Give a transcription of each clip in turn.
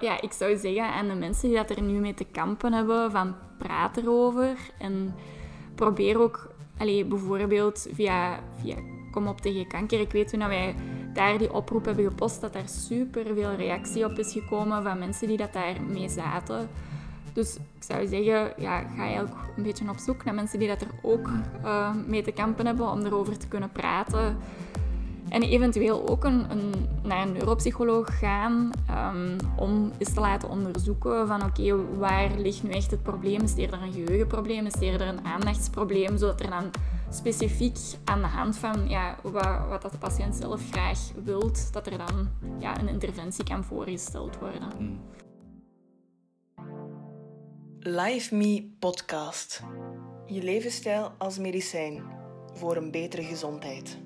ja, ik zou zeggen aan de mensen die dat er nu mee te kampen hebben, van praat erover en probeer ook, bijvoorbeeld via Kom op tegen kanker. Ik weet toen dat wij daar die oproep hebben gepost, dat daar superveel reactie op is gekomen van mensen die dat daar mee zaten. Dus ik zou zeggen, ja, ga je ook een beetje op zoek naar mensen die dat er ook mee te kampen hebben, om erover te kunnen praten. En eventueel ook naar een neuropsycholoog gaan om eens te laten onderzoeken van oké, waar ligt nu echt het probleem? Is het eerder een geheugenprobleem? Is het eerder een aandachtsprobleem? Zodat er dan specifiek aan de hand van wat dat de patiënt zelf graag wilt, dat er dan een interventie kan voorgesteld worden. Live Me Podcast. Je levensstijl als medicijn voor een betere gezondheid.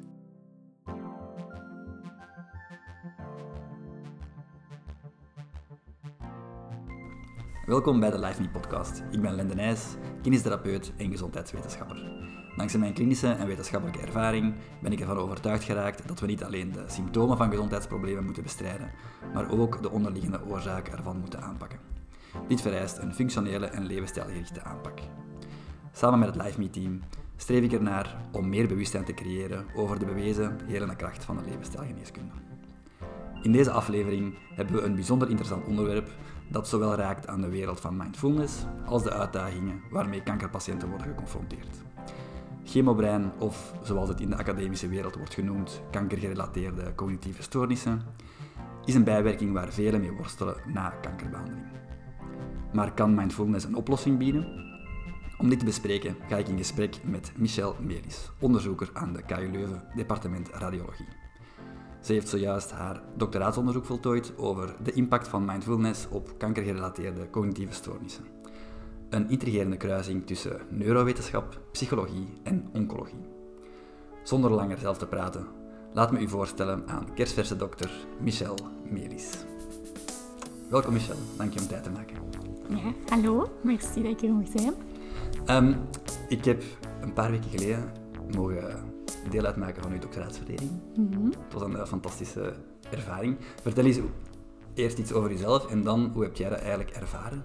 Welkom bij de Live Me Podcast. Ik ben Lende Nijs, kinestherapeut en gezondheidswetenschapper. Dankzij mijn klinische en wetenschappelijke ervaring ben ik ervan overtuigd geraakt dat we niet alleen de symptomen van gezondheidsproblemen moeten bestrijden, maar ook de onderliggende oorzaken ervan moeten aanpakken. Dit vereist een functionele en levensstijlgerichte aanpak. Samen met het Live Me team streef ik ernaar om meer bewustzijn te creëren over de bewezen helende kracht van de levensstijlgeneeskunde. In deze aflevering hebben we een bijzonder interessant onderwerp dat zowel raakt aan de wereld van mindfulness als de uitdagingen waarmee kankerpatiënten worden geconfronteerd. Chemobrein, of zoals het in de academische wereld wordt genoemd, kankergerelateerde cognitieve stoornissen, is een bijwerking waar velen mee worstelen na kankerbehandeling. Maar kan mindfulness een oplossing bieden? Om dit te bespreken ga ik in gesprek met Michelle Melis, onderzoeker aan de KU Leuven, departement radiologie. Ze heeft zojuist haar doctoraatsonderzoek voltooid over de impact van mindfulness op kankergerelateerde cognitieve stoornissen. Een intrigerende kruising tussen neurowetenschap, psychologie en oncologie. Zonder langer zelf te praten, laat me u voorstellen aan kerstverse dokter Michelle Melis. Welkom Michelle, dank je om tijd te maken. Ja, hallo, merci dat ik er mocht zijn. Ik heb een paar weken geleden mogen deel uitmaken van uw doctoraatsverdediging. Het was een fantastische ervaring. Vertel eens eerst iets over jezelf en dan, hoe heb jij dat eigenlijk ervaren?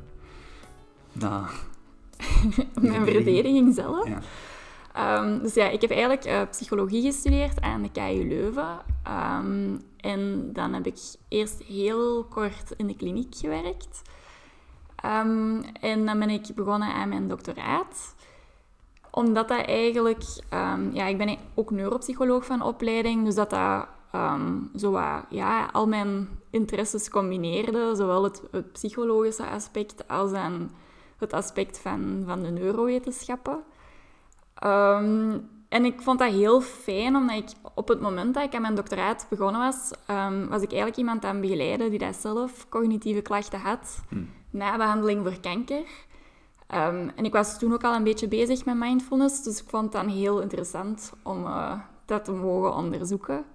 Mijn verdediging zelf? Ja. Dus ja, ik heb eigenlijk psychologie gestudeerd aan de KU Leuven. En dan heb ik eerst heel kort in de kliniek gewerkt. En dan ben ik begonnen aan mijn doctoraat. Omdat dat eigenlijk... ik ben ook neuropsycholoog van opleiding, dus dat al mijn interesses combineerde. Zowel het psychologische aspect als dan het aspect van de neurowetenschappen. En ik vond dat heel fijn, omdat ik op het moment dat ik aan mijn doctoraat begonnen was ik eigenlijk iemand aan het begeleiden die dat zelf cognitieve klachten had na behandeling voor kanker. En ik was toen ook al een beetje bezig met mindfulness, dus ik vond het dan heel interessant om dat te mogen onderzoeken.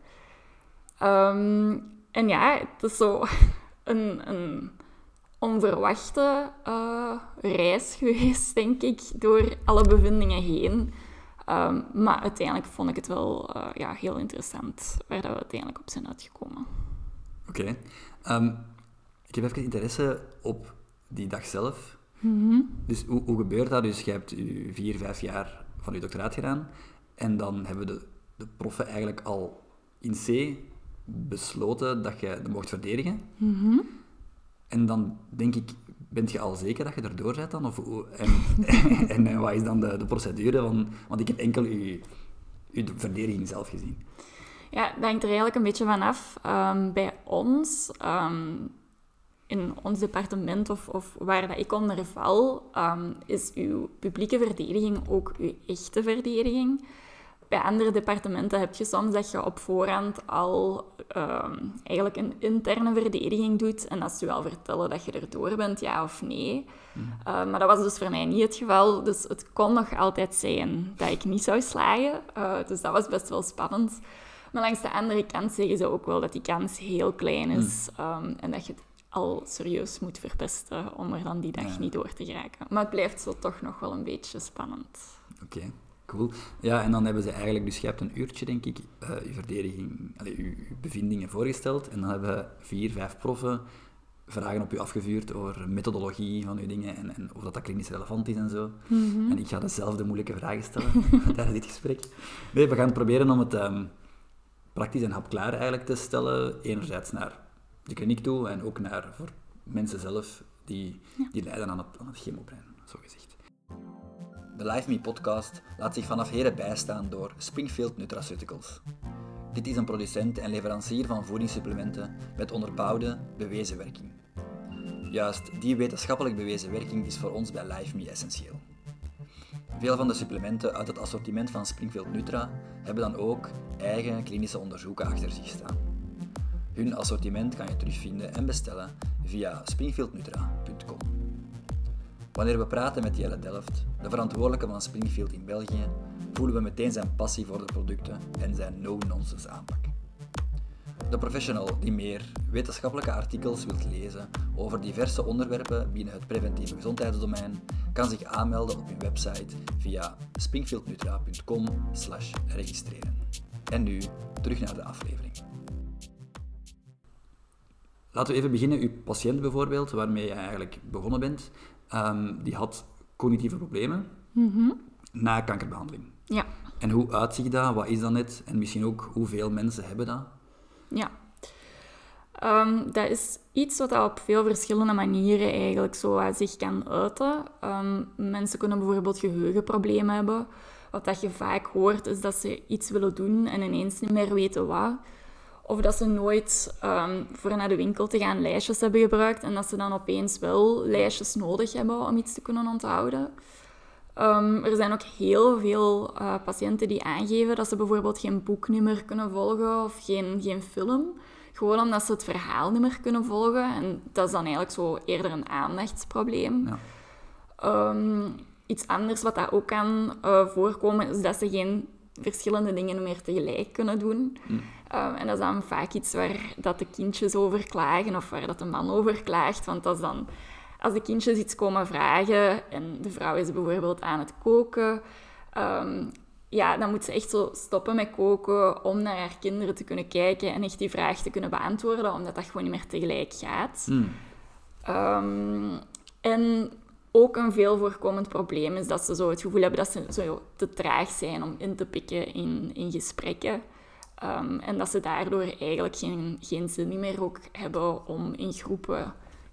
En ja, het is zo een onverwachte reis geweest, denk ik, door alle bevindingen heen. Maar uiteindelijk vond ik het wel heel interessant waar dat we uiteindelijk op zijn uitgekomen. Oké. Ik heb even interesse op die dag zelf. Dus hoe gebeurt dat? Dus je hebt 4-5 jaar van je doctoraat gedaan en dan hebben de proffen eigenlijk al in C besloten dat je dat mocht verdedigen. En dan denk ik, bent je al zeker dat je erdoor bent dan? En wat is dan de procedure? Want ik heb enkel uw verdediging zelf gezien. Ja, dat hangt er eigenlijk een beetje van af. Bij ons, in ons departement of waar dat ik onder val, is uw publieke verdediging ook uw echte verdediging. Bij andere departementen heb je soms dat je op voorhand al eigenlijk een interne verdediging doet en dat ze je al vertellen dat je erdoor bent, ja of nee. Maar dat was dus voor mij niet het geval. Dus het kon nog altijd zijn dat ik niet zou slagen. Dus dat was best wel spannend. Maar langs de andere kant zeggen ze ook wel dat die kans heel klein is en dat je het al serieus moet verpesten om er dan die dag niet door te geraken. Maar het blijft zo toch nog wel een beetje spannend. Oké. Cool. Ja, en dan hebben ze eigenlijk, dus je hebt een uurtje, denk ik, je verdediging, uw bevindingen voorgesteld. En dan hebben 4-5 proffen vragen op u afgevuurd over methodologie van uw dingen en of dat klinisch relevant is en zo. En ik ga dezelfde moeilijke vragen stellen tijdens dit gesprek. Nee, we gaan proberen om het praktisch en hapklaar eigenlijk te stellen. Enerzijds naar de kliniek toe en ook naar voor mensen zelf die lijden aan het chemobrein, zo gezegd. De Live Me podcast laat zich vanaf heden bijstaan door Springfield Nutraceuticals. Dit is een producent en leverancier van voedingssupplementen met onderbouwde, bewezen werking. Juist die wetenschappelijk bewezen werking is voor ons bij Live Me essentieel. Veel van de supplementen uit het assortiment van Springfield Nutra hebben dan ook eigen klinische onderzoeken achter zich staan. Hun assortiment kan je terugvinden en bestellen via springfieldnutra.com. Wanneer we praten met Jelle Delft, de verantwoordelijke van Springfield in België, voelen we meteen zijn passie voor de producten en zijn no-nonsense aanpak. De professional die meer wetenschappelijke artikels wilt lezen over diverse onderwerpen binnen het preventieve gezondheidsdomein, kan zich aanmelden op hun website via springfieldnutra.com/registreren. En nu, terug naar de aflevering. Laten we even beginnen. Uw patiënt bijvoorbeeld, waarmee je eigenlijk begonnen bent, die had cognitieve problemen na kankerbehandeling. Ja. En hoe uitziet dat? Wat is dat net? En misschien ook hoeveel mensen hebben dat? Ja. Dat is iets wat op veel verschillende manieren eigenlijk zo zich kan uiten. Mensen kunnen bijvoorbeeld geheugenproblemen hebben. Wat dat je vaak hoort is dat ze iets willen doen en ineens niet meer weten wat. Of dat ze nooit voor naar de winkel te gaan lijstjes hebben gebruikt en dat ze dan opeens wel lijstjes nodig hebben om iets te kunnen onthouden. Er zijn ook heel veel patiënten die aangeven dat ze bijvoorbeeld geen boek niet meer kunnen volgen of geen film. Gewoon omdat ze het verhaal niet meer kunnen volgen. En dat is dan eigenlijk zo eerder een aandachtsprobleem. Ja. Iets anders wat dat ook kan voorkomen is dat ze geen verschillende dingen meer tegelijk kunnen doen. En dat is dan vaak iets waar dat de kindjes over klagen of waar dat de man over klaagt. Want dat is dan, als de kindjes iets komen vragen en de vrouw is bijvoorbeeld aan het koken, dan moet ze echt zo stoppen met koken om naar haar kinderen te kunnen kijken en echt die vraag te kunnen beantwoorden, omdat dat gewoon niet meer tegelijk gaat. En ook een veel voorkomend probleem is dat ze zo het gevoel hebben dat ze zo te traag zijn om in te pikken in gesprekken. En dat ze daardoor eigenlijk geen zin meer ook hebben om in groepen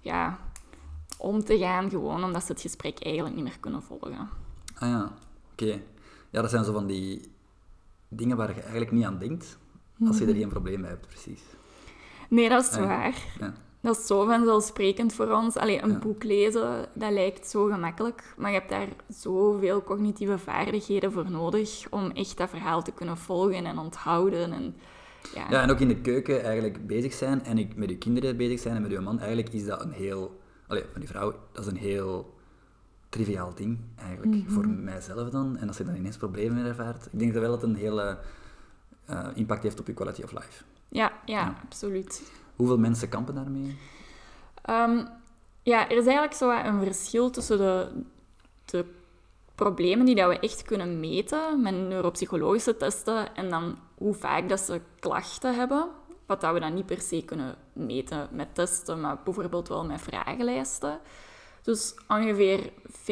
om te gaan, gewoon omdat ze het gesprek eigenlijk niet meer kunnen volgen. Ah ja, oké. Ja, dat zijn zo van die dingen waar je eigenlijk niet aan denkt als je er geen probleem mee hebt, precies. Nee, dat is waar. Ja. Dat is zo vanzelfsprekend voor ons. Een boek lezen, dat lijkt zo gemakkelijk, maar je hebt daar zoveel cognitieve vaardigheden voor nodig om echt dat verhaal te kunnen volgen en onthouden. En ook in de keuken eigenlijk bezig zijn en met je kinderen bezig zijn en met je man, eigenlijk is dat een heel... van die vrouw, dat is een heel triviaal ding, eigenlijk, voor mijzelf dan. En als je dan ineens problemen mee ervaart, ik denk dat wel dat het een hele impact heeft op je quality of life. Ja, absoluut. Hoeveel mensen kampen daarmee? Er is eigenlijk zo een verschil tussen de problemen die dat we echt kunnen meten met neuropsychologische testen en dan hoe vaak dat ze klachten hebben. Wat dat we dan niet per se kunnen meten met testen, maar bijvoorbeeld wel met vragenlijsten. Dus ongeveer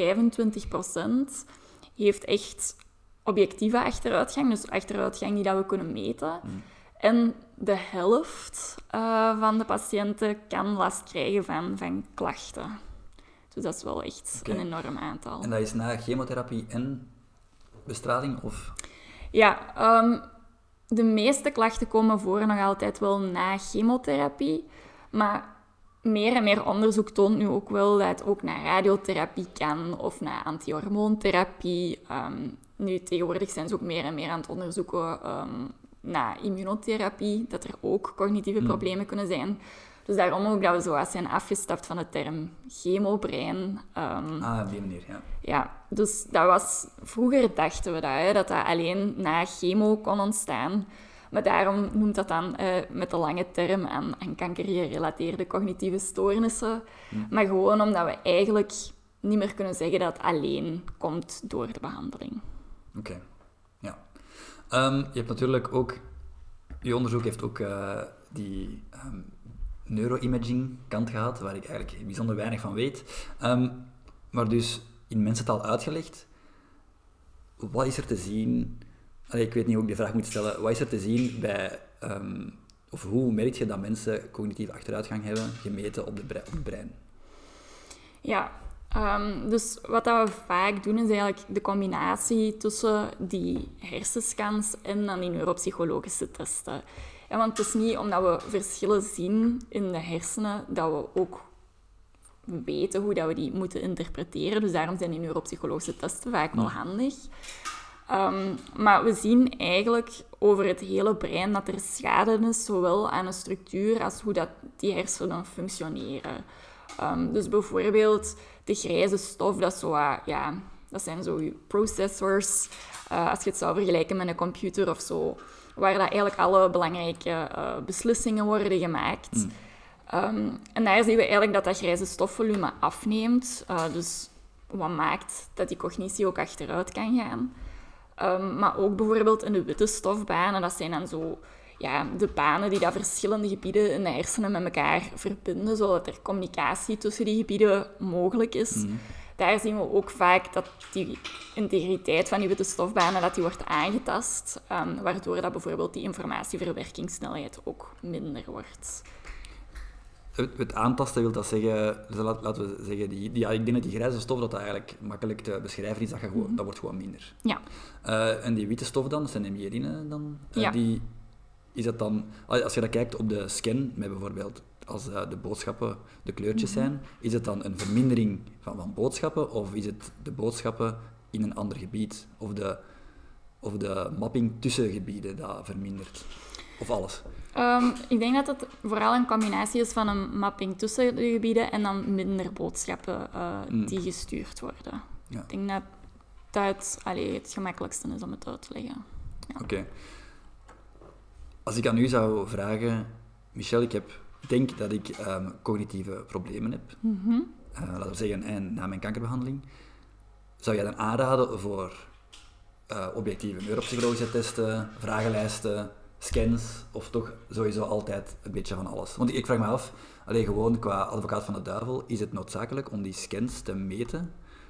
25% heeft echt objectieve achteruitgang, dus achteruitgang die dat we kunnen meten. En de helft van de patiënten kan last krijgen van klachten. Dus dat is wel echt een enorm aantal. En dat is na chemotherapie en bestraling? Of? Ja, de meeste klachten komen voor nog altijd wel na chemotherapie. Maar meer en meer onderzoek toont nu ook wel dat het ook naar radiotherapie kan of naar antihormoontherapie. Nu, tegenwoordig zijn ze ook meer en meer aan het onderzoeken naar immunotherapie, dat er ook cognitieve problemen kunnen zijn. Dus daarom ook dat we zo zijn afgestapt van de term chemobrein. Op die manier, ja. Ja, dus dat was... Vroeger dachten we dat dat alleen na chemo kon ontstaan. Maar daarom noemt dat dan met de lange term aan kankergerelateerde cognitieve stoornissen. Maar gewoon omdat we eigenlijk niet meer kunnen zeggen dat het alleen komt door de behandeling. Oké, ja. Je hebt natuurlijk ook... Je onderzoek heeft ook die neuroimaging kant gehad, waar ik eigenlijk bijzonder weinig van weet. Maar dus in mensentaal uitgelegd, wat is er te zien... ik weet niet hoe ik de vraag moet stellen. Wat is er te zien bij... of hoe merk je dat mensen cognitieve achteruitgang hebben gemeten op het brein? Ja, dus wat dat we vaak doen is eigenlijk de combinatie tussen die hersenscans en dan die neuropsychologische testen. Ja, want het is niet omdat we verschillen zien in de hersenen dat we ook weten hoe dat we die moeten interpreteren. Dus daarom zijn die neuropsychologische testen vaak wel handig. Maar we zien eigenlijk over het hele brein dat er schade is, zowel aan de structuur als hoe dat die hersenen functioneren. Dus bijvoorbeeld de grijze stof, dat zijn zo je processors. Als je het zou vergelijken met een computer of zo, waar dat eigenlijk alle belangrijke beslissingen worden gemaakt. En daar zien we eigenlijk dat grijze stofvolume afneemt. Dus wat maakt dat die cognitie ook achteruit kan gaan. Maar ook bijvoorbeeld in de witte stofbanen, dat zijn dan zo de banen die dat verschillende gebieden in de hersenen met elkaar verbinden, zodat er communicatie tussen die gebieden mogelijk is. Daar zien we ook vaak dat die integriteit van die witte stofbanen dat die wordt aangetast, waardoor dat bijvoorbeeld die informatieverwerkingssnelheid ook minder wordt. Het aantasten wil dat zeggen, dus laten we zeggen, ik denk dat die grijze stof dat eigenlijk makkelijk te beschrijven is, dat wordt gewoon minder. Ja. En die witte stof dan, dat zijn de myelinen dan, is dat dan, als je dat kijkt op de scan, met bijvoorbeeld als de boodschappen de kleurtjes zijn, is het dan een vermindering van boodschappen of is het de boodschappen in een ander gebied? Of de mapping tussen gebieden dat vermindert? Of alles? Ik denk dat het vooral een combinatie is van een mapping tussen de gebieden en dan minder boodschappen die gestuurd worden. Ja. Ik denk dat het gemakkelijkste is om het uit te leggen. Ja. Oké. Als ik aan u zou vragen, Michel, ik denk dat ik cognitieve problemen heb. Laten we zeggen, na mijn kankerbehandeling. Zou jij dan aanraden voor objectieve neuropsychologische testen, vragenlijsten, scans, of toch sowieso altijd een beetje van alles? Want ik vraag me af, gewoon qua advocaat van de duivel, is het noodzakelijk om die scans te meten,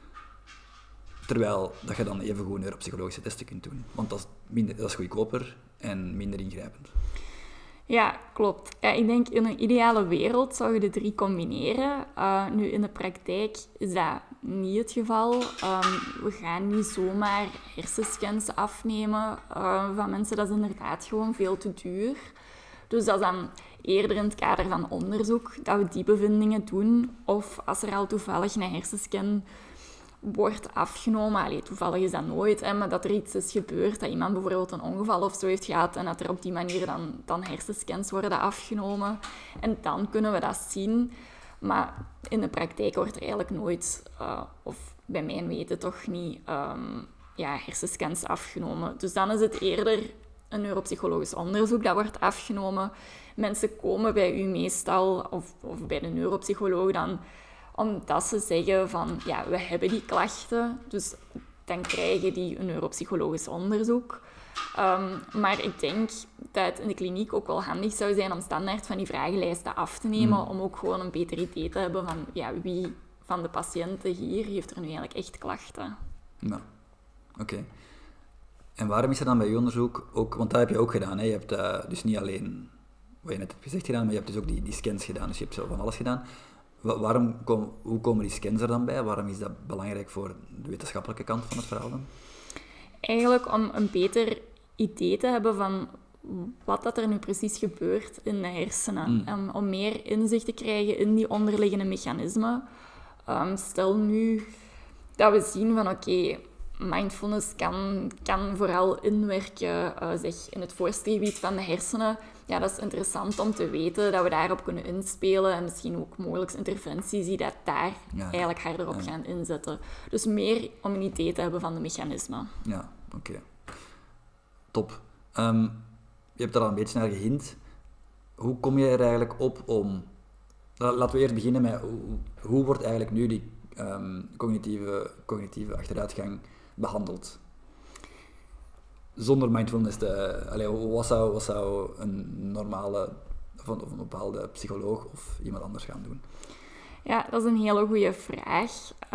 terwijl dat je dan evengoed neuropsychologische testen kunt doen? Want dat is goedkoper en minder ingrijpend. Ja, klopt. Ja, ik denk in een ideale wereld zou je de 3 combineren. Nu, in de praktijk is dat niet het geval. We gaan niet zomaar hersenscans afnemen van mensen. Dat is inderdaad gewoon veel te duur. Dus dat is dan eerder in het kader van onderzoek dat we die bevindingen doen. Of als er al toevallig een hersenscan wordt afgenomen. Toevallig is dat nooit, maar dat er iets is gebeurd, dat iemand bijvoorbeeld een ongeval of zo heeft gehad en dat er op die manier dan hersenscans worden afgenomen. En dan kunnen we dat zien. Maar in de praktijk wordt er eigenlijk nooit, of bij mijn weten toch niet, hersenscans afgenomen. Dus dan is het eerder een neuropsychologisch onderzoek dat wordt afgenomen. Mensen komen bij u meestal, of bij de neuropsycholoog dan, omdat ze zeggen van, we hebben die klachten, dus dan krijgen die een neuropsychologisch onderzoek. Maar ik denk dat het in de kliniek ook wel handig zou zijn om standaard van die vragenlijsten af te nemen, om ook gewoon een beter idee te hebben van, wie van de patiënten hier heeft er nu eigenlijk echt klachten. Nou, oké. En waarom is er dan bij je onderzoek ook, want dat heb je ook gedaan, hè? Je hebt dus niet alleen wat je net hebt gezegd gedaan, maar je hebt dus ook die scans gedaan, dus je hebt zo van alles gedaan. Hoe komen die scans er dan bij? Waarom is dat belangrijk voor de wetenschappelijke kant van het verhaal dan? Eigenlijk om een beter idee te hebben van wat dat er nu precies gebeurt in de hersenen. Om meer inzicht te krijgen in die onderliggende mechanismen. Stel nu dat we zien van mindfulness kan vooral inwerken in het voorste gebied van de hersenen. Ja, dat is interessant om te weten, dat we daarop kunnen inspelen en misschien ook mogelijk interventies die dat daar eigenlijk harder op gaan inzetten. Dus meer om een idee te hebben van de mechanismen. Ja, oké. Top. Je hebt daar al een beetje naar gehint. Hoe kom je er eigenlijk op om... Laten we eerst beginnen met hoe wordt eigenlijk nu die cognitieve achteruitgang behandeld? Zonder mindfulness wat zou een normale of een bepaalde psycholoog of iemand anders gaan doen? Ja, dat is een hele goede vraag.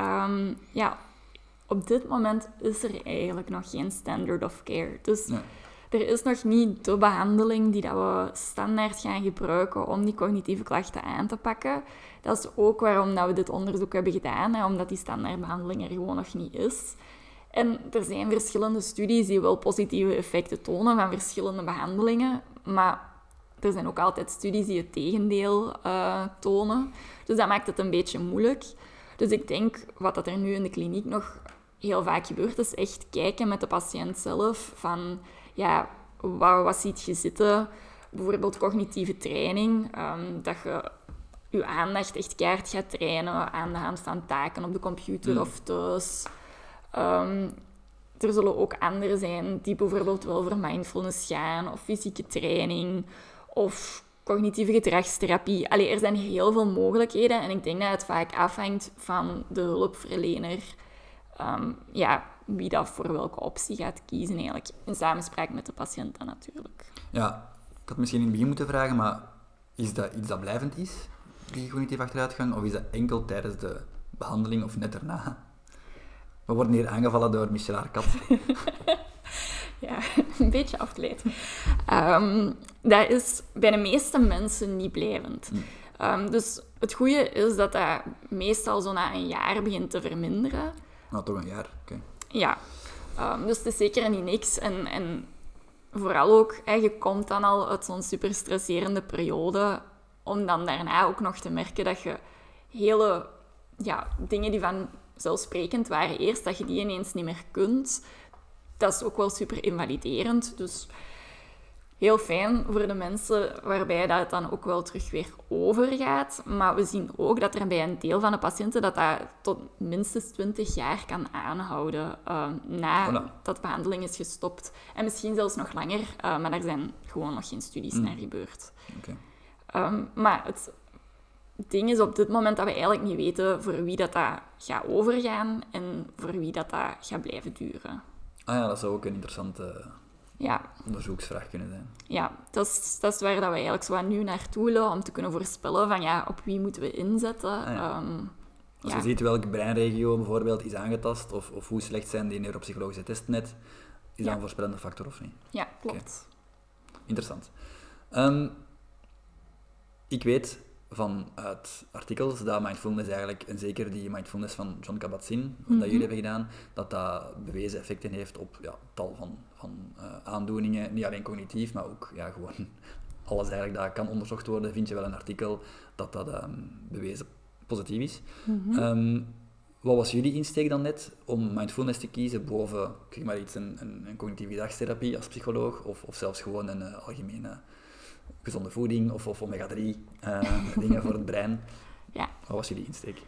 Op dit moment is er eigenlijk nog geen standard of care. Dus Nee. er is nog niet de behandeling die dat we standaard gaan gebruiken om die cognitieve klachten aan te pakken. Dat is ook waarom dat we dit onderzoek hebben gedaan, hè, omdat die standaardbehandeling er gewoon nog niet is. En er zijn verschillende studies die wel positieve effecten tonen van verschillende behandelingen, maar er zijn ook altijd studies die het tegendeel tonen. Dus dat maakt het een beetje moeilijk. Dus ik denk, wat dat er nu in de kliniek nog heel vaak gebeurt, is echt kijken met de patiënt zelf van, ja, wat ziet je zitten? Bijvoorbeeld cognitieve training, dat je je aandacht echt keihard gaat trainen aan de hand van taken op de computer of thuis. Er zullen ook anderen zijn die bijvoorbeeld wel voor mindfulness gaan, of fysieke training, of cognitieve gedragstherapie. Er zijn heel veel mogelijkheden en ik denk dat het vaak afhangt van de hulpverlener, wie dat voor welke optie gaat kiezen eigenlijk. In samenspraak met de patiënt dan natuurlijk. Ja, ik had misschien in het begin moeten vragen, maar is dat iets dat blijvend is, die cognitieve achteruitgang, of is dat enkel tijdens de behandeling of net daarna? We worden hier aangevallen door Michel Arcad. Ja, een beetje afgeleid. Dat is bij de meeste mensen niet blijvend. Dus het goede is dat dat meestal zo na een jaar begint te verminderen. Nou, toch een jaar, oké. Ja, dus het is zeker niet niks. En vooral ook, je komt dan al uit zo'n super stresserende periode, om dan daarna ook nog te merken dat je hele dingen die vanzelfsprekend waren eerst, dat je die ineens niet meer kunt. Dat is ook wel super invaliderend. Dus heel fijn voor de mensen waarbij dat het dan ook wel terug weer overgaat. Maar we zien ook dat er bij een deel van de patiënten dat tot minstens 20 jaar kan aanhouden nadat de behandeling is gestopt. En misschien zelfs nog langer, maar daar zijn gewoon nog geen studies naar gebeurd. Okay. Maar het ding is op dit moment dat we eigenlijk niet weten voor wie dat gaat overgaan en voor wie dat gaat blijven duren. Ah ja, dat zou ook een interessante onderzoeksvraag kunnen zijn. Ja, dat is waar dat we eigenlijk zo nu naartoe willen, om te kunnen voorspellen van op wie moeten we inzetten. Als je ziet welke breinregio bijvoorbeeld is aangetast, of hoe slecht zijn die neuropsychologische testen net, is dat een voorspellende factor of niet? Ja, klopt. Okay. Interessant. Ik weet vanuit artikels dat mindfulness eigenlijk, en zeker die mindfulness van Jon Kabat-Zinn, dat jullie hebben gedaan, dat bewezen effecten heeft op tal van aandoeningen, niet alleen cognitief, maar ook gewoon alles eigenlijk dat kan onderzocht worden, vind je wel een artikel dat bewezen positief is. Wat was jullie insteek dan net om mindfulness te kiezen boven, zeg maar iets, een cognitieve gedragstherapie als psycholoog, of zelfs gewoon een algemene gezonde voeding of omega-3 dingen voor het brein? Ja. Wat was jullie insteek?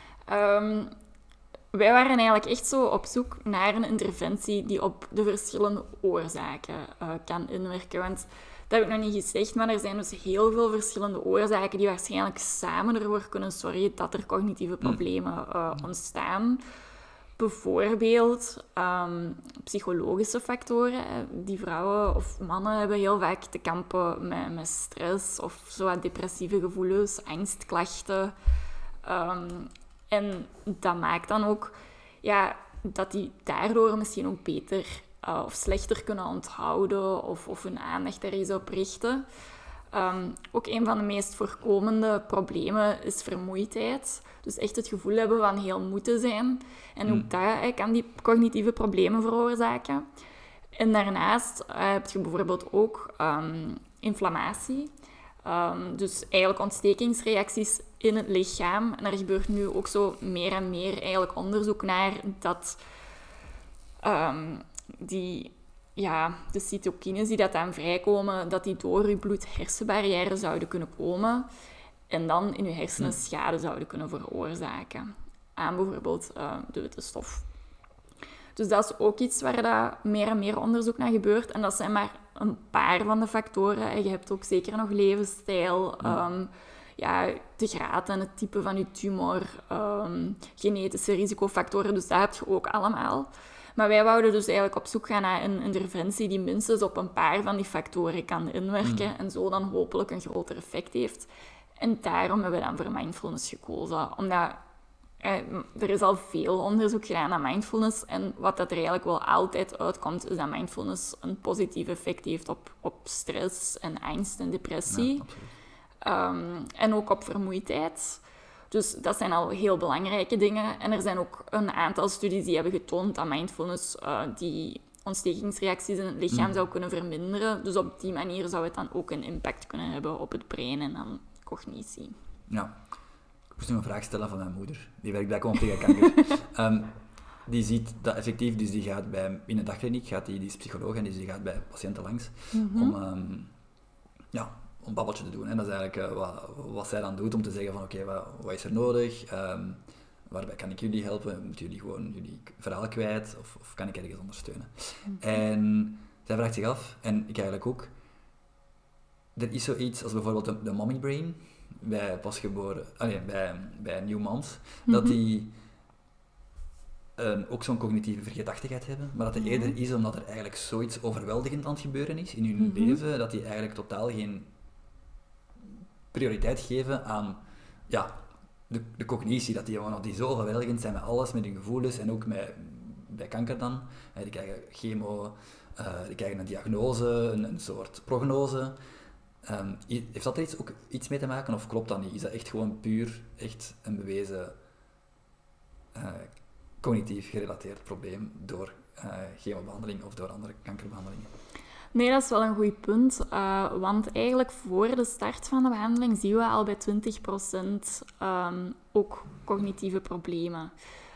Wij waren eigenlijk echt zo op zoek naar een interventie die op de verschillende oorzaken kan inwerken. Want dat heb ik nog niet gezegd, maar er zijn dus heel veel verschillende oorzaken die waarschijnlijk samen ervoor kunnen zorgen dat er cognitieve problemen ontstaan. Bijvoorbeeld psychologische factoren. Die vrouwen of mannen hebben heel vaak te kampen met stress of zo wat depressieve gevoelens, angstklachten. En dat maakt dan ook dat die daardoor misschien ook beter of slechter kunnen onthouden of hun aandacht ergens op richten. Ook een van de meest voorkomende problemen is vermoeidheid. Dus echt het gevoel hebben van heel moe te zijn. En ook dat kan die cognitieve problemen veroorzaken. En daarnaast heb je bijvoorbeeld ook inflammatie. Dus eigenlijk ontstekingsreacties in het lichaam. En er gebeurt nu ook zo meer en meer eigenlijk onderzoek naar dat de cytokines die dat dan vrijkomen, dat die door je bloed-hersenbarrière zouden kunnen komen en dan in je hersenen schade zouden kunnen veroorzaken aan bijvoorbeeld de witte stof. Dus dat is ook iets waar dat meer en meer onderzoek naar gebeurt. En dat zijn maar een paar van de factoren. En je hebt ook zeker nog levensstijl, de graad en het type van je tumor, genetische risicofactoren. Dus dat heb je ook allemaal. Maar wij wouden dus eigenlijk op zoek gaan naar een interventie die minstens op een paar van die factoren kan inwerken en zo dan hopelijk een groter effect heeft. En daarom hebben we dan voor mindfulness gekozen. Omdat er is al veel onderzoek gedaan naar mindfulness en wat dat er eigenlijk wel altijd uitkomt, is dat mindfulness een positief effect heeft op stress en angst en depressie. Ja, en ook op vermoeidheid. Dus dat zijn al heel belangrijke dingen. En er zijn ook een aantal studies die hebben getoond dat mindfulness die ontstekingsreacties in het lichaam zou kunnen verminderen. Dus op die manier zou het dan ook een impact kunnen hebben op het brein en dan cognitie. Ja. Ik moest nog een vraag stellen van mijn moeder. Die werkt bij Kom tegen kanker. Die ziet dat effectief, dus die gaat in een dagkliniek, die is psycholoog en dus die gaat bij patiënten langs om een babbeltje te doen. En dat is eigenlijk wat zij dan doet, om te zeggen van oké, wat is er nodig? Waarbij kan ik jullie helpen? Moeten jullie gewoon jullie verhaal kwijt? Of kan ik ergens ondersteunen? En zij vraagt zich af, en ik eigenlijk ook, er is zoiets als bijvoorbeeld de mommy brain bij pasgeboren, bij new moms, dat die ook zo'n cognitieve vergeetachtigheid hebben, maar dat het eerder is omdat er eigenlijk zoiets overweldigend aan het gebeuren is in hun leven, dat die eigenlijk totaal geen prioriteit geven aan de cognitie, dat die zo overweldigend zijn met alles, met hun gevoelens en ook bij kanker dan. Die krijgen chemo, die krijgen een diagnose, een soort prognose. Heeft dat er ook iets mee te maken of klopt dat niet? Is dat echt gewoon puur echt een bewezen cognitief gerelateerd probleem door chemobehandeling of door andere kankerbehandelingen? Nee, dat is wel een goed punt. Want eigenlijk voor de start van de behandeling zien we al bij 20% ook cognitieve problemen.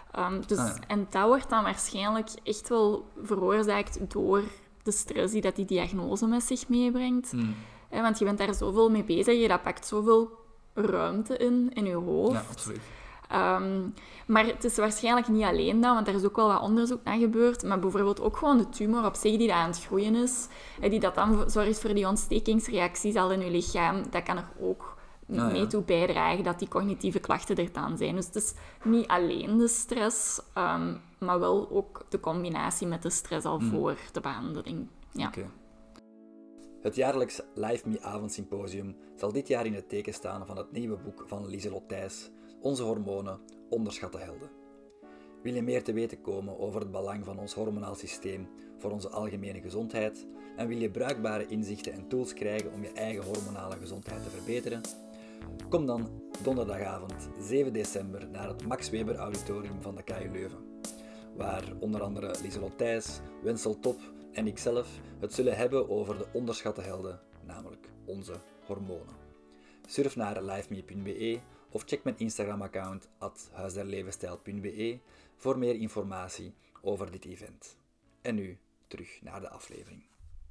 En dat wordt dan waarschijnlijk echt wel veroorzaakt door de stress die diagnose met zich meebrengt. Want je bent daar zoveel mee bezig, dat pakt zoveel ruimte in je hoofd. Ja, absoluut. Maar het is waarschijnlijk niet alleen dat, want er is ook wel wat onderzoek naar gebeurd. Maar bijvoorbeeld ook gewoon de tumor op zich die dat aan het groeien is, die dat dan zorgt voor die ontstekingsreacties al in je lichaam, dat kan er ook mee toe bijdragen dat die cognitieve klachten er dan zijn. Dus het is niet alleen de stress, maar wel ook de combinatie met de stress al voor de behandeling. Ja. Okay. Het jaarlijks Live Me Avondsymposium zal dit jaar in het teken staan van het nieuwe boek van Lieselot Thijs, Onze hormonen, onderschatte helden. Wil je meer te weten komen over het belang van ons hormonaal systeem voor onze algemene gezondheid en wil je bruikbare inzichten en tools krijgen om je eigen hormonale gezondheid te verbeteren? Kom dan donderdagavond 7 december naar het Max Weber Auditorium van de KU Leuven, waar onder andere Lieselot Thijs, Wensel Top en ikzelf het zullen hebben over de onderschatte helden, namelijk onze hormonen. Surf naar liveme.be of check mijn Instagram-account @huisderlevenstijl.be voor meer informatie over dit event. En nu terug naar de aflevering.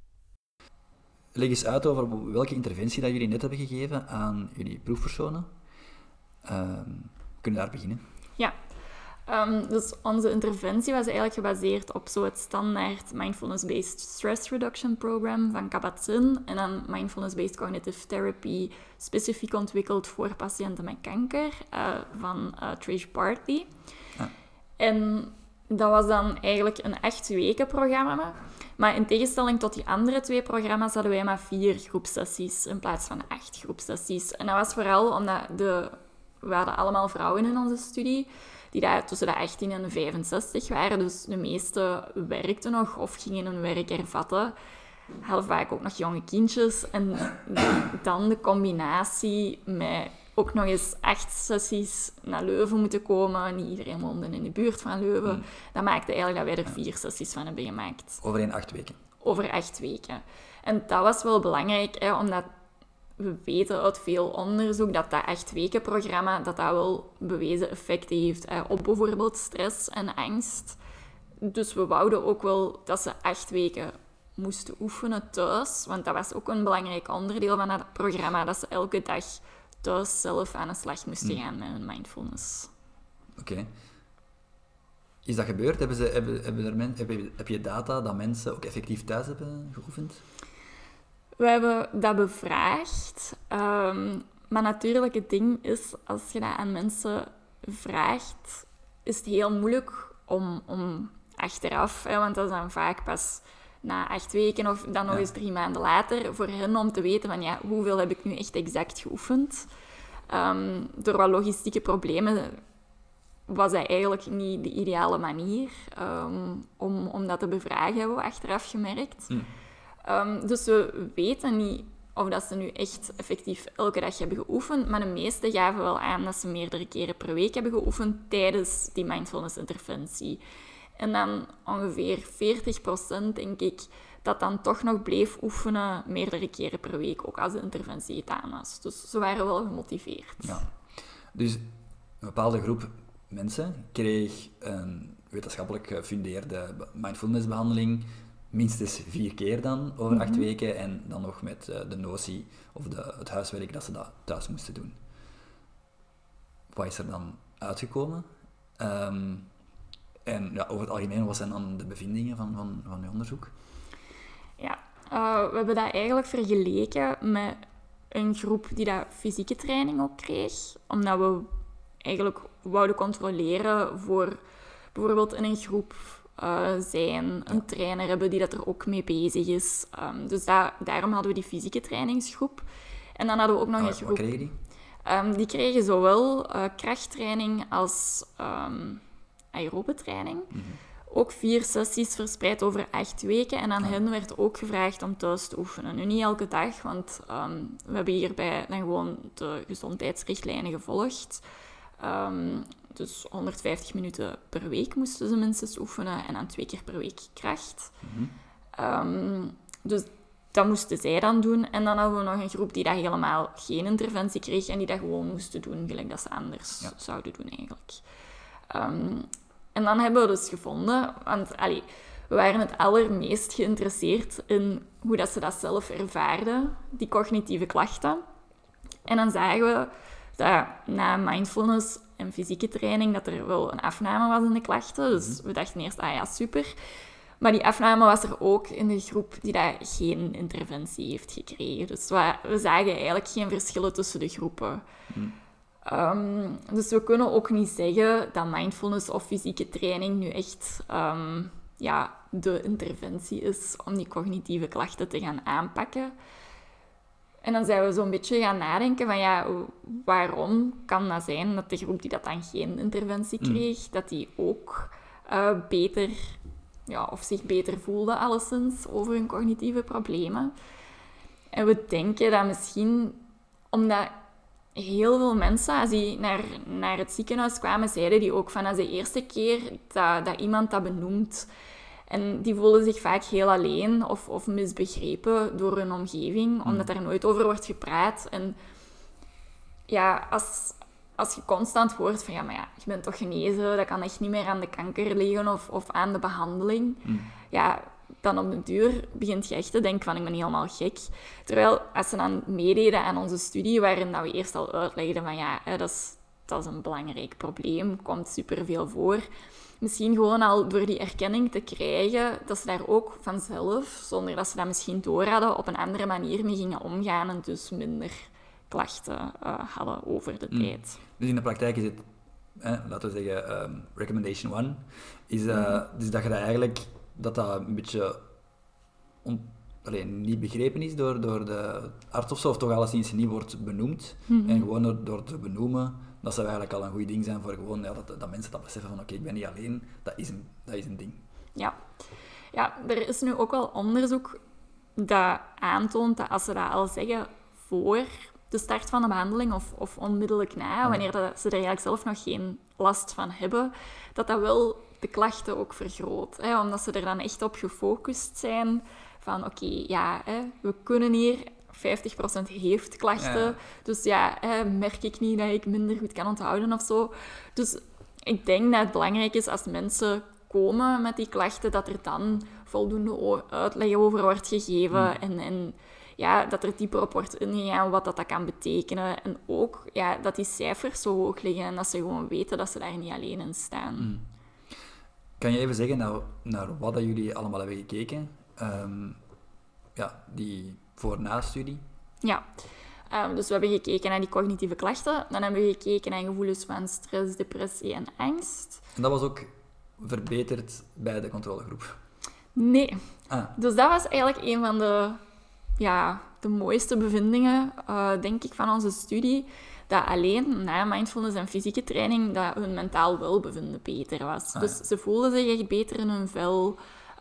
Leg eens uit over welke interventie dat jullie net hebben gegeven aan jullie proefpersonen. Kunnen we daar beginnen? Ja. Dus onze interventie was eigenlijk gebaseerd op zo het standaard Mindfulness-Based Stress Reduction Program van Kabat-Zinn en dan Mindfulness-Based Cognitive Therapy, specifiek ontwikkeld voor patiënten met kanker, van Trish Bartley. En dat was dan eigenlijk een 8 weken programma. Maar in tegenstelling tot die andere 2 programma's hadden wij maar 4 groepsessies in plaats van 8 groepsessies. En dat was vooral omdat we hadden allemaal vrouwen in onze studie die daar tussen de 18 en de 65 waren. Dus de meeste werkten nog of gingen hun werk hervatten. Heel vaak ook nog jonge kindjes. En dan de combinatie met ook nog eens 8 sessies naar Leuven moeten komen. Niet iedereen woonde in de buurt van Leuven. Dat maakte eigenlijk dat wij er 4 sessies van hebben gemaakt. Over 8 weken? Over 8 weken. En dat was wel belangrijk, omdat we weten uit veel onderzoek dat 8 weken programma dat wel bewezen effecten heeft op bijvoorbeeld stress en angst. Dus we wouden ook wel dat ze 8 weken moesten oefenen thuis, want dat was ook een belangrijk onderdeel van dat programma, dat ze elke dag thuis zelf aan de slag moesten gaan met hun mindfulness. Oké. Is dat gebeurd? Heb je data dat mensen ook effectief thuis hebben geoefend? We hebben dat bevraagd. Maar natuurlijk, het ding is, als je dat aan mensen vraagt, is het heel moeilijk om achteraf, hè, want dat is dan vaak pas na 8 weken of dan nog eens 3 maanden later, voor hen om te weten van ja, hoeveel heb ik nu echt exact geoefend. Door wat logistieke problemen was dat eigenlijk niet de ideale manier om dat te bevragen, hebben we achteraf gemerkt. Dus we weten niet of dat ze nu echt effectief elke dag hebben geoefend, maar de meesten gaven wel aan dat ze meerdere keren per week hebben geoefend tijdens die mindfulness-interventie. En dan ongeveer 40%, denk ik, dat dan toch nog bleef oefenen meerdere keren per week, ook als de interventie gedaan was. Dus ze waren wel gemotiveerd. Ja. Dus een bepaalde groep mensen kreeg een wetenschappelijk gefundeerde mindfulnessbehandeling minstens 4 keer dan over 8 weken en dan nog met de notie of het huiswerk dat ze dat thuis moesten doen. Wat is er dan uitgekomen? En ja, over het algemeen, wat zijn dan de bevindingen van uw onderzoek? Ja, we hebben dat eigenlijk vergeleken met een groep die dat fysieke training ook kreeg, omdat we eigenlijk wouden controleren voor bijvoorbeeld in een groep een trainer hebben die dat er ook mee bezig is. Dus daarom hadden we die fysieke trainingsgroep. En dan hadden we ook nog een groep... Wat kregen die? Die kregen zowel krachttraining als aerobe training. Ook 4 sessies verspreid over 8 weken. En aan hen werd ook gevraagd om thuis te oefenen. Nu niet elke dag, want we hebben hierbij dan gewoon de gezondheidsrichtlijnen gevolgd. Dus 150 minuten per week moesten ze minstens oefenen en dan 2 keer per week kracht. Dus dat moesten zij dan doen. En dan hadden we nog een groep die dat helemaal geen interventie kreeg en die dat gewoon moesten doen, gelijk dat ze anders zouden doen eigenlijk. En dan hebben we dus gevonden, want we waren het allermeest geïnteresseerd in hoe dat ze dat zelf ervaarden, die cognitieve klachten. En dan zagen we dat na mindfulness en fysieke training dat er wel een afname was in de klachten. Dus we dachten eerst, super. Maar die afname was er ook in de groep die daar geen interventie heeft gekregen. Dus we zagen eigenlijk geen verschillen tussen de groepen. Dus we kunnen ook niet zeggen dat mindfulness of fysieke training nu echt de interventie is om die cognitieve klachten te gaan aanpakken. En dan zijn we zo'n beetje gaan nadenken van waarom kan dat zijn dat de groep die dat dan geen interventie kreeg, dat die ook beter, of zich beter voelde alleszins over hun cognitieve problemen. En we denken dat misschien omdat heel veel mensen, als die naar het ziekenhuis kwamen, zeiden die ook van als de eerste keer dat iemand dat benoemt. En die voelen zich vaak heel alleen of misbegrepen door hun omgeving, omdat er nooit over wordt gepraat. En ja, als je constant hoort van je bent toch genezen, dat kan echt niet meer aan de kanker liggen of aan de behandeling. Dan op de duur begint je echt te denken van ik ben helemaal gek. Terwijl als ze dan meededen aan onze studie, waarin dat we eerst al uitlegden van dat is een belangrijk probleem, komt superveel voor. Misschien gewoon al door die erkenning te krijgen, dat ze daar ook vanzelf, zonder dat ze dat misschien door hadden, op een andere manier mee gingen omgaan en dus minder klachten hadden over de tijd. Dus in de praktijk is het, laten we zeggen, recommendation 1, is dus dat je dat eigenlijk, dat een beetje niet begrepen is door de arts of zo, of toch alleszins niet wordt benoemd. En gewoon door te benoemen, dat zou eigenlijk al een goed ding zijn voor gewoon, dat mensen dat beseffen van oké, ik ben niet alleen, dat is een ding. Ja, er is nu ook wel onderzoek dat aantoont dat als ze dat al zeggen voor de start van de behandeling of onmiddellijk na, wanneer ze er eigenlijk zelf nog geen last van hebben, dat wel de klachten ook vergroot. Omdat ze er dan echt op gefocust zijn van we kunnen hier, 50% heeft klachten, dus merk ik niet dat ik minder goed kan onthouden of zo. Dus ik denk dat het belangrijk is als mensen komen met die klachten, dat er dan voldoende uitleg over wordt gegeven en dat er dieper op wordt ingegaan wat dat kan betekenen. En ook dat die cijfers zo hoog liggen en dat ze gewoon weten dat ze daar niet alleen in staan. Kan je even zeggen naar wat dat jullie allemaal hebben gekeken? Die voor-na-studie? Ja, dus we hebben gekeken naar die cognitieve klachten. Dan hebben we gekeken naar gevoelens van stress, depressie en angst. En dat was ook verbeterd bij de controlegroep? Nee. Ah, Dus dat was eigenlijk een van de mooiste bevindingen, denk ik, van onze studie. Dat alleen na mindfulness en fysieke training dat hun mentaal welbevinden beter was. Dus ze voelden zich echt beter in hun vel.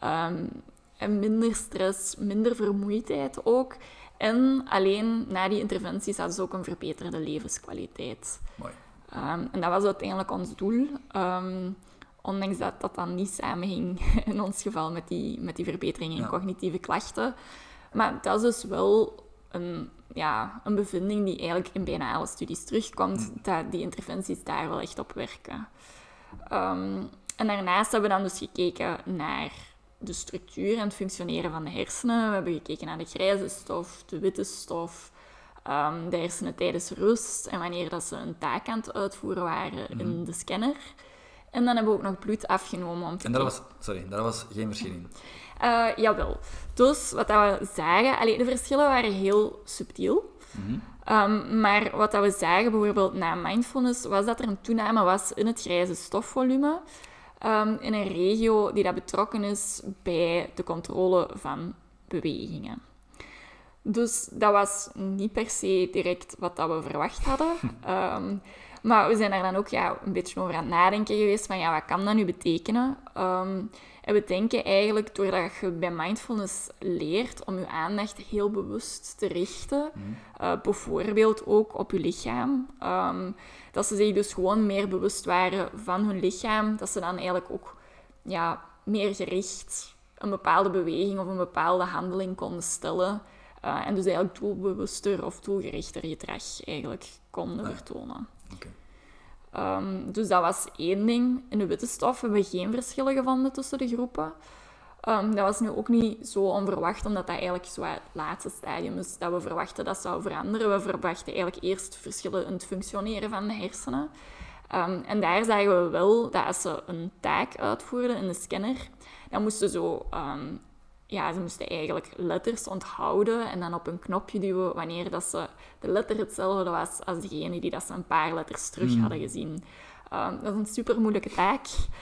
En minder stress, minder vermoeidheid ook. En alleen na die interventies hadden ze ook een verbeterde levenskwaliteit. mooi. En dat was uiteindelijk ons doel. Ondanks dat dat dan niet samenging in ons geval met die verbetering in cognitieve klachten. Maar dat is dus wel een bevinding die eigenlijk in bijna alle studies terugkomt, dat die interventies daar wel echt op werken. En daarnaast hebben we dan dus gekeken naar de structuur en het functioneren van de hersenen. We hebben gekeken naar de grijze stof, de witte stof, de hersenen tijdens rust en wanneer dat ze een taak aan het uitvoeren waren in de scanner. En dan hebben we ook nog bloed afgenomen om te En daar was geen verschil in? Jawel. Dus wat dat we zagen... de verschillen waren heel subtiel. Maar wat dat we zagen, bijvoorbeeld na mindfulness, was dat er een toename was in het grijze stofvolume. In een regio die dat betrokken is bij de controle van bewegingen. Dus dat was niet per se direct wat dat we verwacht hadden. Maar we zijn daar dan ook een beetje over aan het nadenken geweest van wat kan dat nu betekenen? En we denken eigenlijk, doordat je bij mindfulness leert om je aandacht heel bewust te richten, bijvoorbeeld ook op je lichaam, dat ze zich dus gewoon meer bewust waren van hun lichaam, dat ze dan eigenlijk ook meer gericht een bepaalde beweging of een bepaalde handeling konden stellen. En dus eigenlijk doelbewuster of doelgerichter gedrag eigenlijk konden vertonen. Okay. Dus dat was één ding. In de witte stof hebben we geen verschillen gevonden tussen de groepen. Dat was nu ook niet zo onverwacht, omdat dat eigenlijk zo het laatste stadium is dat we verwachten dat zou veranderen. We verwachten eigenlijk eerst verschillen in het functioneren van de hersenen. En daar zagen we wel dat als ze een taak uitvoerden in de scanner, dan moesten ze moesten eigenlijk letters onthouden en dan op een knopje duwen wanneer dat ze de letter hetzelfde was als degene die dat ze een paar letters terug hadden gezien. Dat is een super moeilijke taak.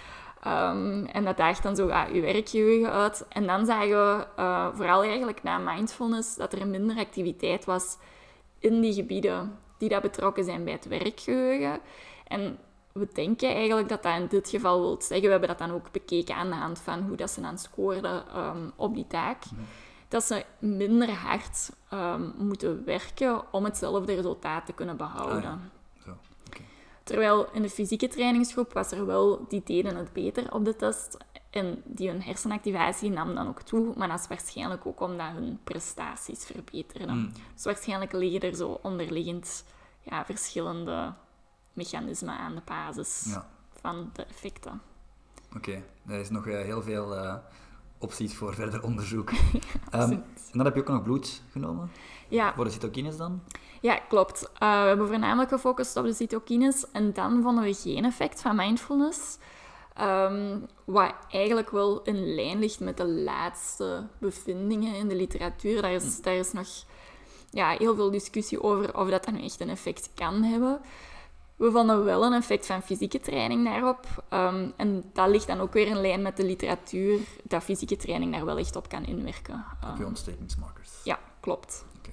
En dat daagt dan zo je werkgeheugen uit. En dan zagen we vooral eigenlijk na mindfulness dat er minder activiteit was in die gebieden die dat betrokken zijn bij het werkgeheugen. En we denken eigenlijk dat dat in dit geval wil zeggen, we hebben dat dan ook bekeken aan de hand van hoe dat ze dan scoorden op die taak, dat ze minder hard moeten werken om hetzelfde resultaat te kunnen behouden. Zo, okay. Terwijl in de fysieke trainingsgroep was er wel, die deden het beter op de test en die hun hersenactivatie nam dan ook toe, maar dat is waarschijnlijk ook omdat hun prestaties verbeterden. Dus waarschijnlijk liggen er zo onderliggend verschillende mechanismen aan de basis van de effecten. Oké, er is nog heel veel opties voor verder onderzoek. En dan heb je ook nog bloed genomen? Ja. Voor de cytokines dan? Ja, klopt. We hebben voornamelijk gefocust op de cytokines en dan vonden we geen effect van mindfulness. Wat eigenlijk wel in lijn ligt met de laatste bevindingen in de literatuur. Daar is nog heel veel discussie over of dat nu echt een effect kan hebben. We vonden wel een effect van fysieke training daarop. En dat ligt dan ook weer in lijn met de literatuur, dat fysieke training daar wel echt op kan inwerken. Op je ontstekingsmarkers. Ja, klopt. Okay.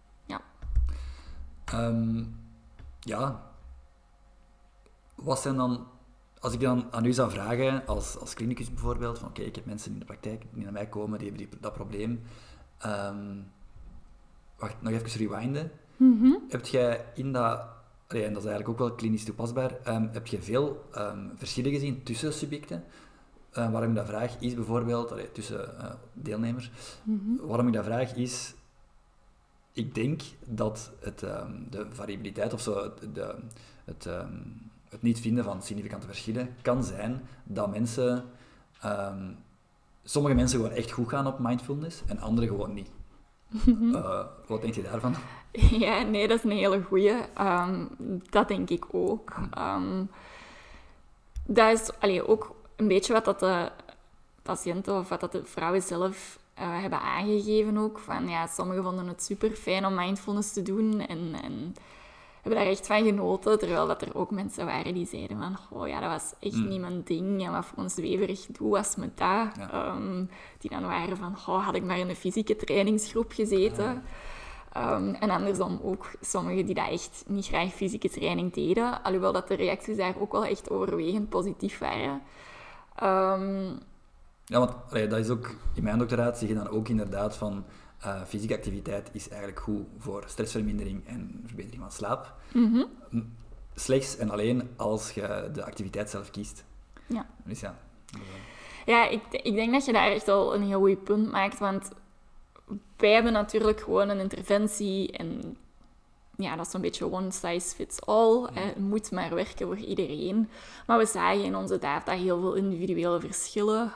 Ja. Wat zijn dan... Als ik dan aan u zou vragen, als clinicus bijvoorbeeld, van oké, ik heb mensen in de praktijk die naar mij komen, die hebben dat probleem. Wacht, nog even rewinden. Heb jij in dat... En dat is eigenlijk ook wel klinisch toepasbaar. Heb je veel verschillen gezien tussen subjecten? Waarom ik dat vraag is bijvoorbeeld... tussen deelnemers. Waarom ik dat vraag is... Ik denk dat de variabiliteit of zo... Het niet vinden van significante verschillen kan zijn dat mensen... sommige mensen gewoon echt goed gaan op mindfulness en andere gewoon niet. Wat denk je daarvan? Ja, nee, dat is een hele goeie. Dat denk ik ook. Dat is ook een beetje wat dat de patiënten of wat dat de vrouwen zelf hebben aangegeven ook. Van, sommigen vonden het super fijn om mindfulness te doen en hebben daar echt van genoten, terwijl dat er ook mensen waren die zeiden van, oh ja, dat was echt niet mijn ding, en wat voor een zweverig doe was met dat. Ja. Die dan waren van, oh, had ik maar in een fysieke trainingsgroep gezeten. En andersom ook sommigen die dat echt niet graag fysieke training deden, alhoewel dat de reacties daar ook wel echt overwegend positief waren. Ja, want dat is ook, in mijn doctoraat zie je dan ook inderdaad van fysieke activiteit is eigenlijk goed voor stressvermindering en verbetering van slaap. Slechts en alleen als je de activiteit zelf kiest. Ja. Dus ja. Ja, ik denk dat je daar echt al een heel goed punt maakt, want wij hebben natuurlijk gewoon een interventie en ja, dat is zo'n beetje one size fits all. Het moet maar werken voor iedereen. Maar we zagen in onze data heel veel individuele verschillen.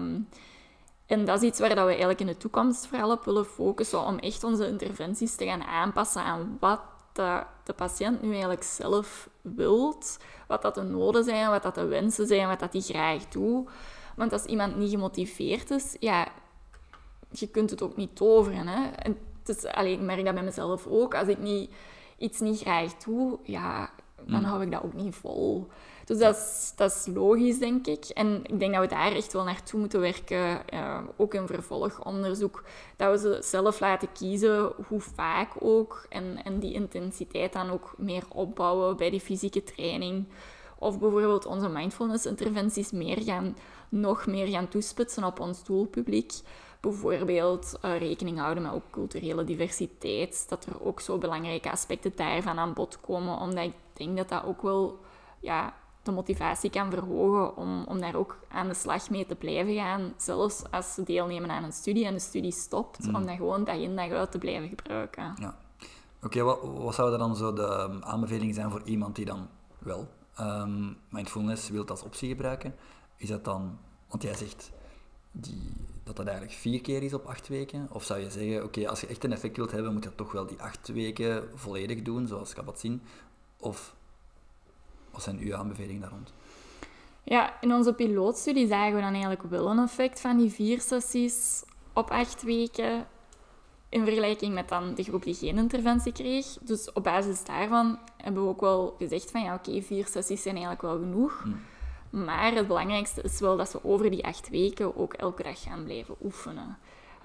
En dat is iets waar dat we eigenlijk in de toekomst vooral op willen focussen, om echt onze interventies te gaan aanpassen aan wat de patiënt nu eigenlijk zelf wilt, wat dat de noden zijn, wat dat de wensen zijn, wat dat die graag doet. Want als iemand niet gemotiveerd is, ja, je kunt het ook niet toveren. Hè? En ik merk dat bij mezelf ook. Als ik iets niet graag doe, ja, dan hou ik dat ook niet vol. Dus dat is logisch, denk ik. En ik denk dat we daar echt wel naartoe moeten werken, ook in vervolgonderzoek. Dat we ze zelf laten kiezen, hoe vaak ook. En die intensiteit dan ook meer opbouwen bij die fysieke training. Of bijvoorbeeld onze mindfulness-interventies nog meer gaan toespitsen op ons doelpubliek. Bijvoorbeeld rekening houden met ook culturele diversiteit. Dat er ook zo belangrijke aspecten daarvan aan bod komen. Omdat ik denk dat dat ook wel de motivatie kan verhogen om daar ook aan de slag mee te blijven gaan. Zelfs als ze deelnemen aan een studie en de studie stopt. Om dat gewoon dag in dag uit te blijven gebruiken. Ja. Oké, wat zouden dan zo de aanbevelingen zijn voor iemand die dan wel mindfulness wilt als optie gebruiken? Is dat dan... Want jij zegt dat eigenlijk 4 keer is op 8 weken? Of zou je zeggen, oké, als je echt een effect wilt hebben, moet je toch wel die 8 weken volledig doen, zoals Kabat-Zinn? Of wat zijn uw aanbevelingen daar rond? Ja, in onze pilootstudie zagen we dan eigenlijk wel een effect van die 4 sessies op 8 weken in vergelijking met dan de groep die geen interventie kreeg. Dus op basis daarvan hebben we ook wel gezegd van, ja, oké, 4 sessies zijn eigenlijk wel genoeg. Maar het belangrijkste is wel dat ze over die 8 weken ook elke dag gaan blijven oefenen.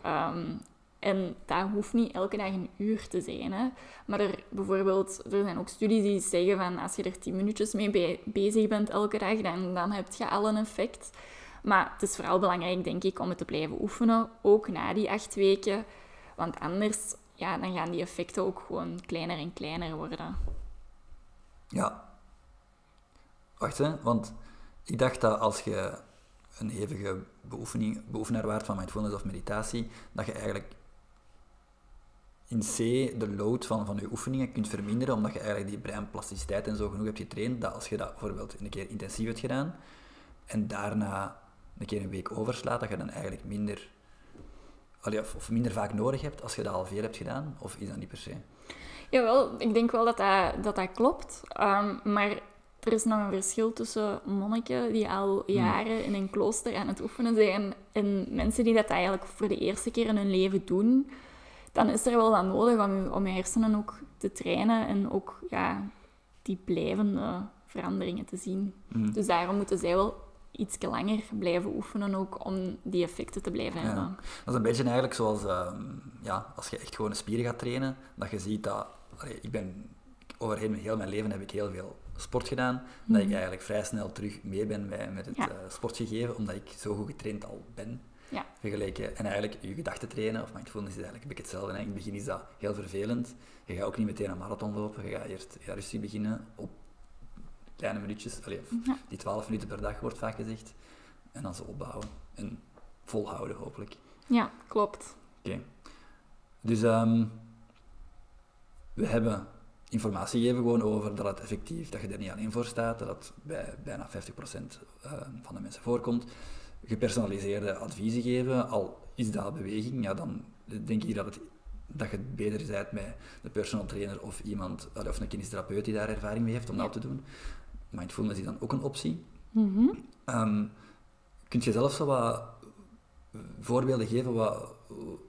En dat hoeft niet elke dag een uur te zijn. Hè. Maar er zijn ook studies die zeggen van als je er 10 minuutjes mee bezig bent elke dag, dan heb je al een effect. Maar het is vooral belangrijk, denk ik, om het te blijven oefenen, ook na die 8 weken. Want anders dan gaan die effecten ook gewoon kleiner en kleiner worden. Ja. Wacht, hè, want ik dacht dat als je een hevige beoefenaar waart van mindfulness of meditatie, dat je eigenlijk in C de load van je oefeningen kunt verminderen, omdat je eigenlijk die breinplasticiteit en zo genoeg hebt getraind, dat als je dat bijvoorbeeld een keer intensief hebt gedaan en daarna een keer een week overslaat, dat je dan eigenlijk minder vaak nodig hebt als je dat al veel hebt gedaan, of is dat niet per se? Jawel, ik denk wel dat klopt. Maar er is nog een verschil tussen monniken die al jaren in een klooster aan het oefenen zijn en mensen die dat eigenlijk voor de eerste keer in hun leven doen. Dan is er wel wat nodig om je hersenen ook te trainen en ook die blijvende veranderingen te zien. Dus daarom moeten zij wel iets langer blijven oefenen ook om die effecten te blijven hebben. Dat is een beetje eigenlijk zoals als je echt gewoon een spier gaat trainen, dat je ziet dat... Over heel mijn leven heb ik heel veel sport gedaan, dat ik eigenlijk vrij snel terug mee ben met het sportgegeven, omdat ik zo goed getraind al ben. Ja. Vergeleken. En eigenlijk, je gedachten trainen, of mindfulness, is eigenlijk een beetje hetzelfde. In het begin is dat heel vervelend. Je gaat ook niet meteen een marathon lopen, je gaat eerst rustig beginnen op kleine minuutjes. Die 12 minuten per dag wordt vaak gezegd. En dan ze opbouwen. En volhouden, hopelijk. Ja, klopt. Oké. Dus we hebben informatie gegeven gewoon over dat het effectief, dat je er niet alleen voor staat, dat het bij bijna 50% van de mensen voorkomt. Gepersonaliseerde adviezen geven, al is dat beweging, dan denk ik dat je beter bent met de personal trainer of iemand, of een kinesitherapeut die daar ervaring mee heeft om dat te doen. Mindfulness is dan ook een optie. Kun je zelf zo wat voorbeelden geven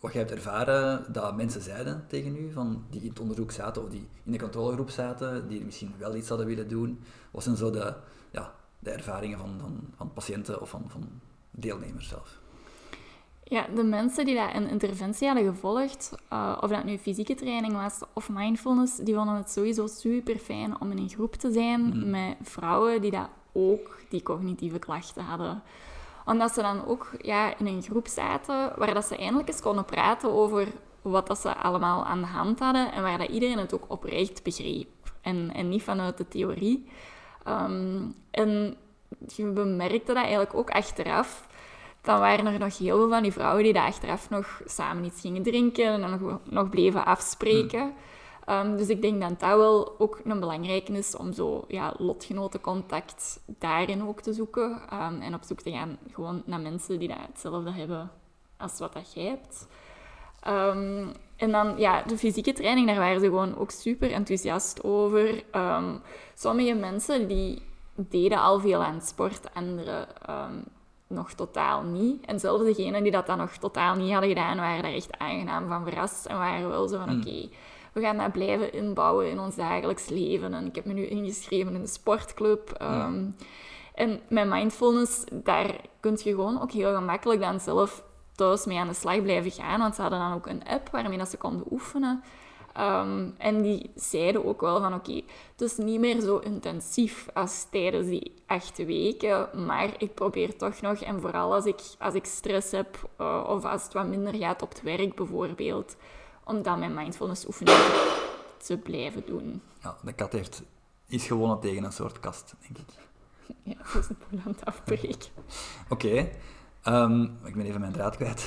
wat jij hebt ervaren dat mensen zeiden tegen u, van die in het onderzoek zaten of die in de controlegroep zaten, die misschien wel iets hadden willen doen? Wat zijn zo de ervaringen van patiënten of van deelnemers zelf? Ja, de mensen die dat een interventie hadden gevolgd, of dat nu fysieke training was of mindfulness, die vonden het sowieso super fijn om in een groep te zijn met vrouwen die dat ook die cognitieve klachten hadden. Omdat ze dan ook in een groep zaten waar dat ze eindelijk eens konden praten over wat dat ze allemaal aan de hand hadden en waar dat iedereen het ook oprecht begreep. En niet vanuit de theorie. En je bemerkte dat eigenlijk ook achteraf. Dan waren er nog heel veel van die vrouwen die daar achteraf nog samen iets gingen drinken en nog bleven afspreken. Dus ik denk dat dat wel ook een belangrijke is om zo lotgenotencontact daarin ook te zoeken. En op zoek te gaan gewoon naar mensen die dat hetzelfde hebben als wat dat jij hebt. En dan, de fysieke training, daar waren ze gewoon ook super enthousiast over. Sommige mensen die deden al veel aan sport, anderen nog totaal niet. En zelfs degenen die dat dan nog totaal niet hadden gedaan, waren daar echt aangenaam van verrast. En waren wel zo van, oké, we gaan dat blijven inbouwen in ons dagelijks leven. En ik heb me nu ingeschreven in een sportclub. En met mindfulness, daar kun je gewoon ook heel gemakkelijk dan zelf thuis mee aan de slag blijven gaan. Want ze hadden dan ook een app waarmee dat ze konden oefenen. En die zeiden ook wel van oké, het is niet meer zo intensief als tijdens die 8 weken, maar ik probeer toch nog, en vooral als ik stress heb of als het wat minder gaat op het werk bijvoorbeeld, om dan mijn mindfulness oefeningen te blijven doen. Ja, de kat is gewonnen tegen een soort kast, denk ik. Ja, dat is een boel aan het afbreken. Oké, ik ben even mijn draad kwijt.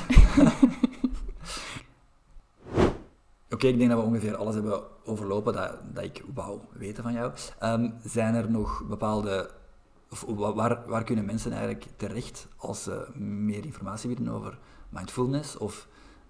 Oké, ik denk dat we ongeveer alles hebben overlopen dat ik wou weten van jou. Zijn er nog bepaalde... Of waar kunnen mensen eigenlijk terecht als ze meer informatie willen over mindfulness? Of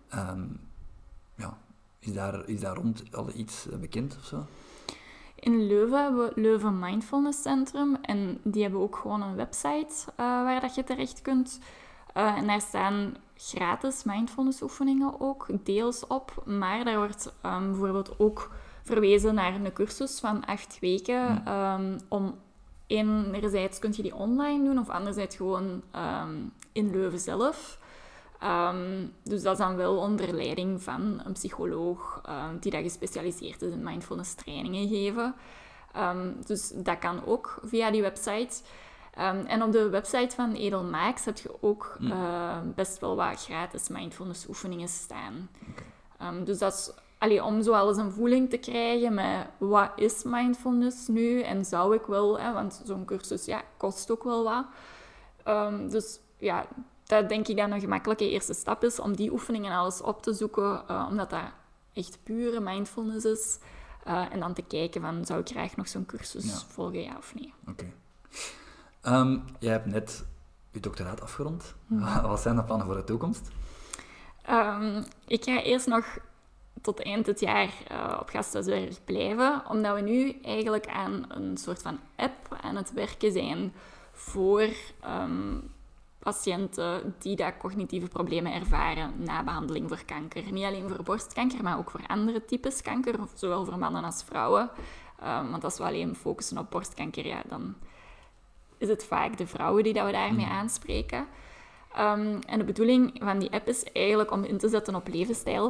is daar rond al iets bekend of zo? In Leuven hebben we Leuven Mindfulness Centrum. En die hebben ook gewoon een website waar dat je terecht kunt. En daar staan gratis mindfulness oefeningen ook deels op. Maar daar wordt bijvoorbeeld ook verwezen naar een cursus van 8 weken. Om enerzijds kun je die online doen of anderzijds gewoon in Leuven zelf. Dus dat is dan wel onder leiding van een psycholoog die dat gespecialiseerd is in mindfulness trainingen geven. Dus dat kan ook via die website. En op de website van Edelmaaks heb je ook best wel wat gratis mindfulness oefeningen staan. Okay. Dus dat is om zo alles een voeling te krijgen met wat is mindfulness nu en zou ik wel, want zo'n cursus kost ook wel wat. Dus dat denk ik dat een gemakkelijke eerste stap is om die oefeningen alles op te zoeken, omdat dat echt pure mindfulness is. En dan te kijken van, zou ik graag nog zo'n cursus volgen, ja of nee. Oké. Jij hebt net je doctoraat afgerond. Wat zijn de plannen voor de toekomst? Ik ga eerst nog tot eind dit jaar op gasthuiswerk blijven, omdat we nu eigenlijk aan een soort van app aan het werken zijn voor patiënten die dat cognitieve problemen ervaren na behandeling voor kanker. Niet alleen voor borstkanker, maar ook voor andere types kanker, zowel voor mannen als vrouwen. Want als we alleen focussen op borstkanker, dan is het vaak de vrouwen die dat we daarmee aanspreken. En de bedoeling van die app is eigenlijk om in te zetten op levensstijl.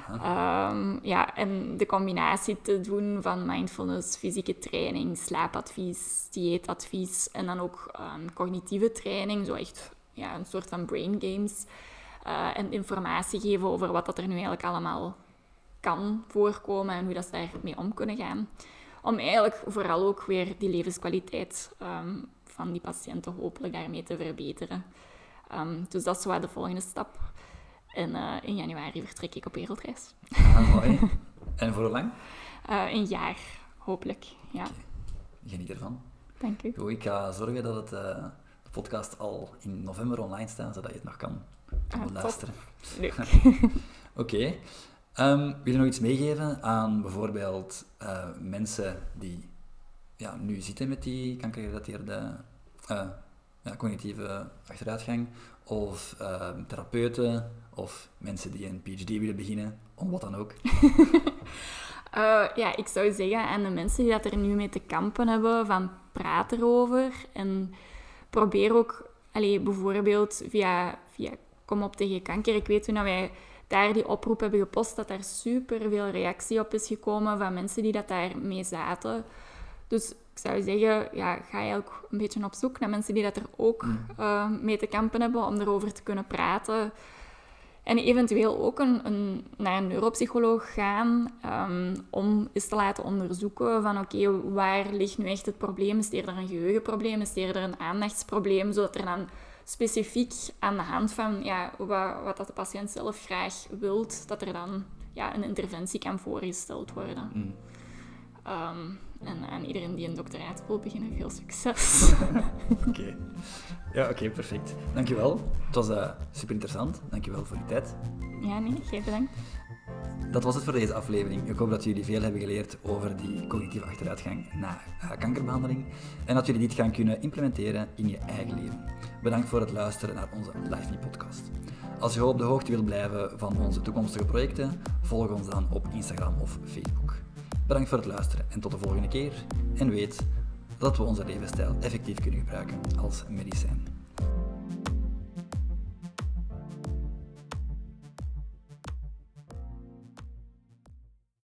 En de combinatie te doen van mindfulness, fysieke training, slaapadvies, dieetadvies en dan ook cognitieve training, zo echt een soort van brain games. En informatie geven over wat dat er nu eigenlijk allemaal kan voorkomen en hoe dat ze daarmee om kunnen gaan. Om eigenlijk vooral ook weer die levenskwaliteit van die patiënten hopelijk daarmee te verbeteren. Dus dat is wel de volgende stap. En in januari vertrek ik op wereldreis. Mooi. En voor hoe lang? Een jaar, hopelijk. Ja. Okay. Geniet ervan. Dank u. Goed, ik ga zorgen dat de podcast al in november online staat, zodat je het nog kan beluisteren. Leuk. Oké. Wil je nog iets meegeven aan bijvoorbeeld mensen die nu zitten met die kankergerelateerde cognitieve achteruitgang, of therapeuten, of mensen die een PhD willen beginnen, om wat dan ook? Ik zou zeggen aan de mensen die dat er nu mee te kampen hebben, van praat erover en probeer ook, bijvoorbeeld via Kom op tegen kanker. Ik weet toen dat wij daar die oproep hebben gepost, dat daar superveel reactie op is gekomen van mensen die dat daar mee zaten. Dus ik zou zeggen, ga je ook een beetje op zoek naar mensen die dat er ook mee te kampen hebben, om erover te kunnen praten. En eventueel ook naar een neuropsycholoog gaan, om eens te laten onderzoeken van oké, waar ligt nu echt het probleem? Is het eerder een geheugenprobleem? Is het eerder een aandachtsprobleem? Zodat er dan specifiek aan de hand van wat dat de patiënt zelf graag wilt, dat er dan een interventie kan voorgesteld worden. En aan iedereen die een doctoraat wil beginnen, veel succes. Oké. Oké, perfect. Dankjewel. Het was super interessant. Dankjewel voor je tijd. Ja, nee, jij bedankt. Dat was het voor deze aflevering. Ik hoop dat jullie veel hebben geleerd over die cognitieve achteruitgang na kankerbehandeling en dat jullie dit gaan kunnen implementeren in je eigen leven. Bedankt voor het luisteren naar onze Life Me podcast. Als je op de hoogte wilt blijven van onze toekomstige projecten, volg ons dan op Instagram of Facebook. Bedankt voor het luisteren en tot de volgende keer. En weet dat we onze levensstijl effectief kunnen gebruiken als medicijn.